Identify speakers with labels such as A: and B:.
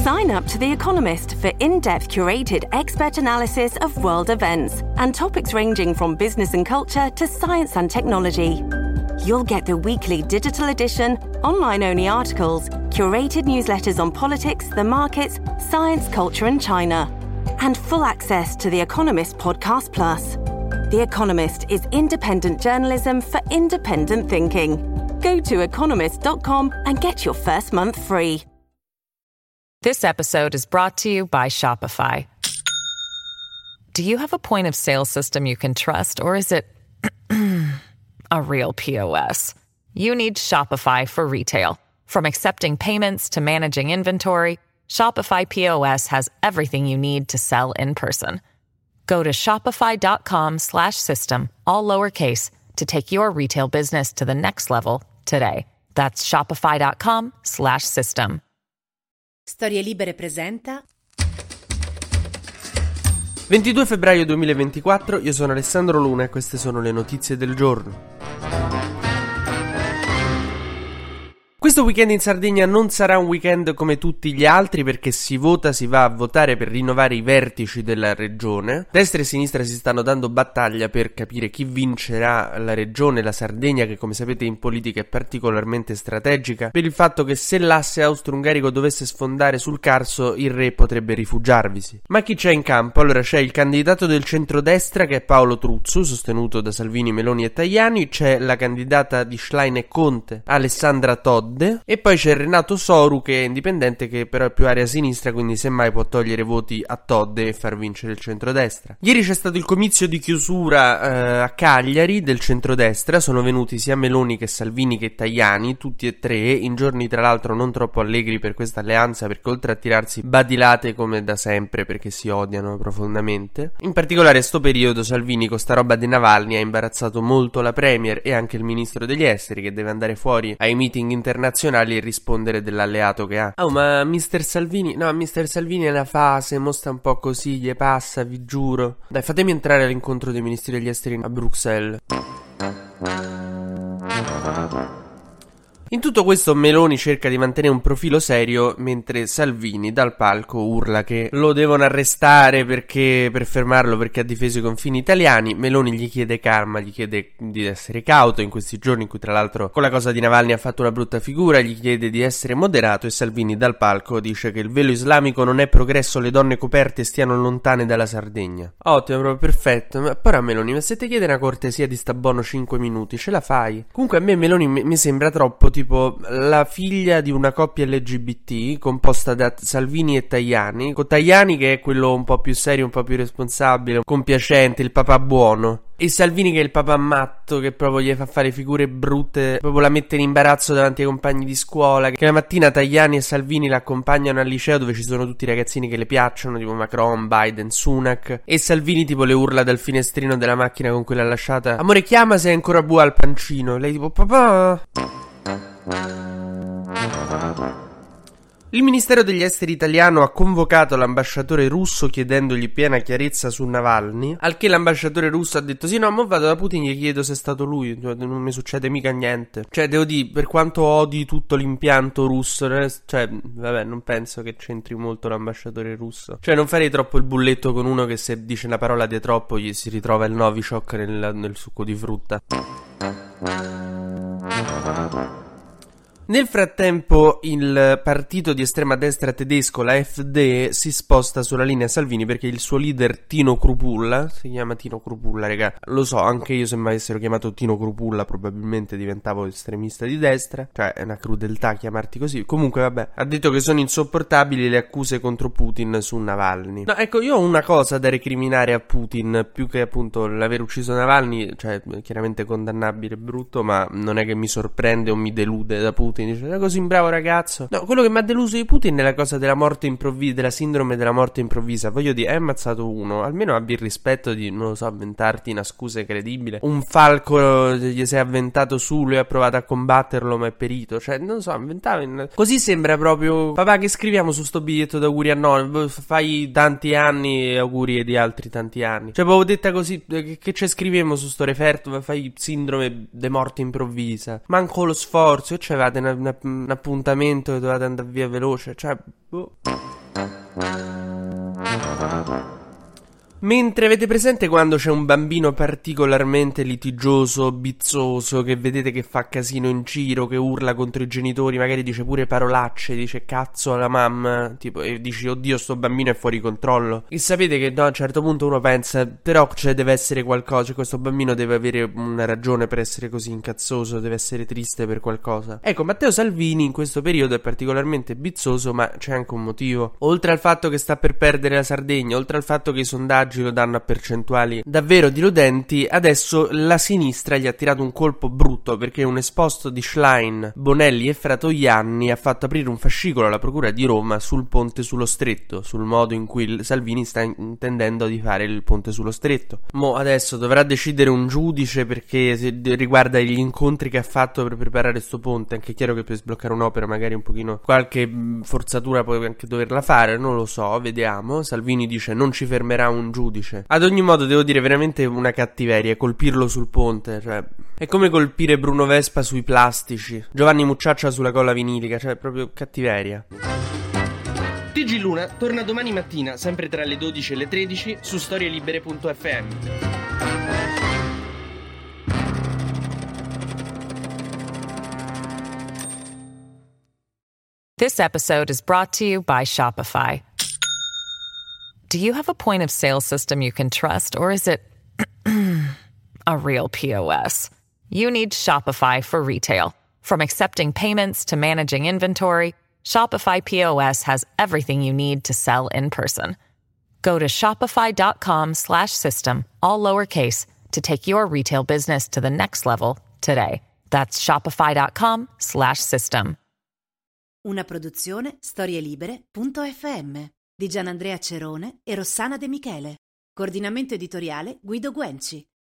A: Sign up to The Economist for in-depth curated expert analysis of world events and topics ranging from business and culture to science and technology. You'll get the weekly digital edition, online-only articles, curated newsletters on politics, the markets, science, culture and China, and full access to The Economist Podcast Plus. The Economist is independent journalism for independent thinking. Go to economist.com and get your first month free.
B: This episode is brought to you by Shopify. Do you have a point of sale system you can trust, or is it a real POS? You need Shopify for retail. From accepting payments to managing inventory, Shopify POS has everything you need to sell in person. Go to shopify.com/system, all lowercase, to take your retail business to the next level today. That's shopify.com/system.
C: Storie Libere presenta
D: 22 febbraio 2024, io sono Alessandro Luna e queste sono le notizie del giorno. Questo weekend in Sardegna non sarà un weekend come tutti gli altri perché si va a votare per rinnovare i vertici della regione. Destra e sinistra si stanno dando battaglia per capire chi vincerà la regione, la Sardegna, che come sapete in politica è particolarmente strategica, per il fatto che se l'asse austro-ungarico dovesse sfondare sul Carso il re potrebbe rifugiarvisi. Ma chi c'è in campo? Allora c'è il candidato del centrodestra che è Paolo Truzzu, sostenuto da Salvini, Meloni e Tajani, c'è la candidata di Schlein e Conte, Alessandra Todde, e poi c'è Renato Soru che è indipendente, che però è più area sinistra, quindi semmai può togliere voti a Todde e far vincere il centrodestra. Ieri c'è stato il comizio di chiusura a Cagliari del centrodestra, sono venuti sia Meloni che Salvini che Tajani, tutti e tre, in giorni tra l'altro non troppo allegri per questa alleanza, perché oltre a tirarsi badilate come da sempre perché si odiano profondamente, in particolare a sto periodo Salvini con sta roba di Navalny ha imbarazzato molto la premier e anche il ministro degli esteri, che deve andare fuori ai meeting internazionali e rispondere dell'alleato che ha. Oh, ma Mister Salvini è una fase, mo sta un po' così, gli passa, vi giuro. Dai, fatemi entrare all'incontro dei ministri degli esteri a Bruxelles. In tutto questo Meloni cerca di mantenere un profilo serio, mentre Salvini dal palco urla che lo devono arrestare per fermarlo perché ha difeso i confini italiani. Meloni gli chiede calma, gli chiede di essere cauto in questi giorni in cui tra l'altro con la cosa di Navalny ha fatto una brutta figura, gli chiede di essere moderato e Salvini dal palco dice che il velo islamico non è progresso, le donne coperte stiano lontane dalla Sardegna. Ottimo, proprio perfetto. Ma però Meloni, ma se ti chiede una cortesia di sta buono 5 minuti, ce la fai? Comunque a me Meloni mi sembra troppo tipo la figlia di una coppia LGBT composta da Salvini e Tajani, con Tajani che è quello un po' più serio, un po' più responsabile, compiacente, il papà buono, e Salvini che è il papà matto che proprio gli fa fare figure brutte, proprio la mette in imbarazzo davanti ai compagni di scuola, che la mattina Tajani e Salvini la accompagnano al liceo dove ci sono tutti i ragazzini che le piacciono, tipo Macron, Biden, Sunak, e Salvini tipo le urla dal finestrino della macchina con cui l'ha lasciata: amore, chiama se è ancora buono al pancino. Lei tipo: papà. Il Ministero degli Esteri italiano ha convocato l'ambasciatore russo chiedendogli piena chiarezza su Navalny, al che l'ambasciatore russo ha detto: sì, no, mo vado da Putin, gli chiedo se è stato lui, non mi succede mica niente. Cioè, devo dire, per quanto odi tutto l'impianto russo, cioè, vabbè, non penso che c'entri molto l'ambasciatore russo. Cioè, non farei troppo il bulletto con uno che se dice una parola di troppo gli si ritrova il Novichok nel succo di frutta. Nel frattempo il partito di estrema destra tedesco, la AfD, si sposta sulla linea Salvini perché il suo leader Tino Krupulla, si chiama Tino Krupulla, raga, lo so, anche io se mi avessero chiamato Tino Krupulla probabilmente diventavo estremista di destra, cioè è una crudeltà chiamarti così. Comunque vabbè, ha detto che sono insopportabili le accuse contro Putin su Navalny. No, ecco, io ho una cosa da recriminare a Putin, più che appunto l'aver ucciso Navalny, cioè chiaramente condannabile, brutto, ma non è che mi sorprende o mi delude da Putin. Dice: è così un bravo ragazzo. No, quello che mi ha deluso di Putin è la cosa della morte improvvisa, della sindrome della morte improvvisa. Voglio dire, hai ammazzato uno, almeno abbi il rispetto di, non lo so, avventarti una scusa credibile. Un falco gli si è avventato su, lui ha provato a combatterlo ma è perito. Cioè, non lo so, inventavi. Così sembra proprio: papà, che scriviamo su sto biglietto d'auguri a nonno? Fai tanti anni e auguri di altri tanti anni. Cioè, proprio detta così, che ci scriviamo su sto referto? Fai sindrome de morte improvvisa. Manco lo sforzo, e c'avevate un appuntamento che dovevate andare via veloce, cioè, boh. Mentre avete presente quando c'è un bambino particolarmente litigioso, bizzoso, che vedete che fa casino in giro, che urla contro i genitori, magari dice pure parolacce, dice cazzo alla mamma, tipo, e dici oddio sto bambino è fuori controllo. E sapete che no, a un certo punto uno pensa però deve essere qualcosa, questo bambino deve avere una ragione per essere così incazzoso, deve essere triste per qualcosa. Ecco, Matteo Salvini in questo periodo è particolarmente bizzoso, ma c'è anche un motivo. Oltre al fatto che sta per perdere la Sardegna, oltre al fatto che i sondaggi lo danno a percentuali davvero diludenti, adesso la sinistra gli ha tirato un colpo brutto perché un esposto di Schlein, Bonelli e Fratoianni ha fatto aprire un fascicolo alla procura di Roma sul ponte sullo Stretto, sul modo in cui Salvini sta intendendo di fare il ponte sullo Stretto. Mo adesso dovrà decidere un giudice perché riguarda gli incontri che ha fatto per preparare sto ponte. Anche chiaro che per sbloccare un'opera magari un pochino qualche forzatura puoi anche doverla fare, non lo so, vediamo. Salvini dice non ci fermerà un giudice. Ad ogni modo devo dire veramente una cattiveria colpirlo sul ponte, cioè è come colpire Bruno Vespa sui plastici, Giovanni Mucciaccia sulla colla vinilica, cioè proprio cattiveria. TG Luna torna domani mattina, sempre tra le 12 e le 13 su storielibere.fm.
B: This episode is brought to you by Shopify. Do you have a point of sale system you can trust, or is it a real POS? You need Shopify for retail. From accepting payments to managing inventory, Shopify POS has everything you need to sell in person. Go to shopify.com/system, all lowercase, to take your retail business to the next level today. That's shopify.com/system.
C: Una produzione storielibere.fm di Gianandrea Cerone e Rossana De Michele. Coordinamento editoriale Guido Guenci.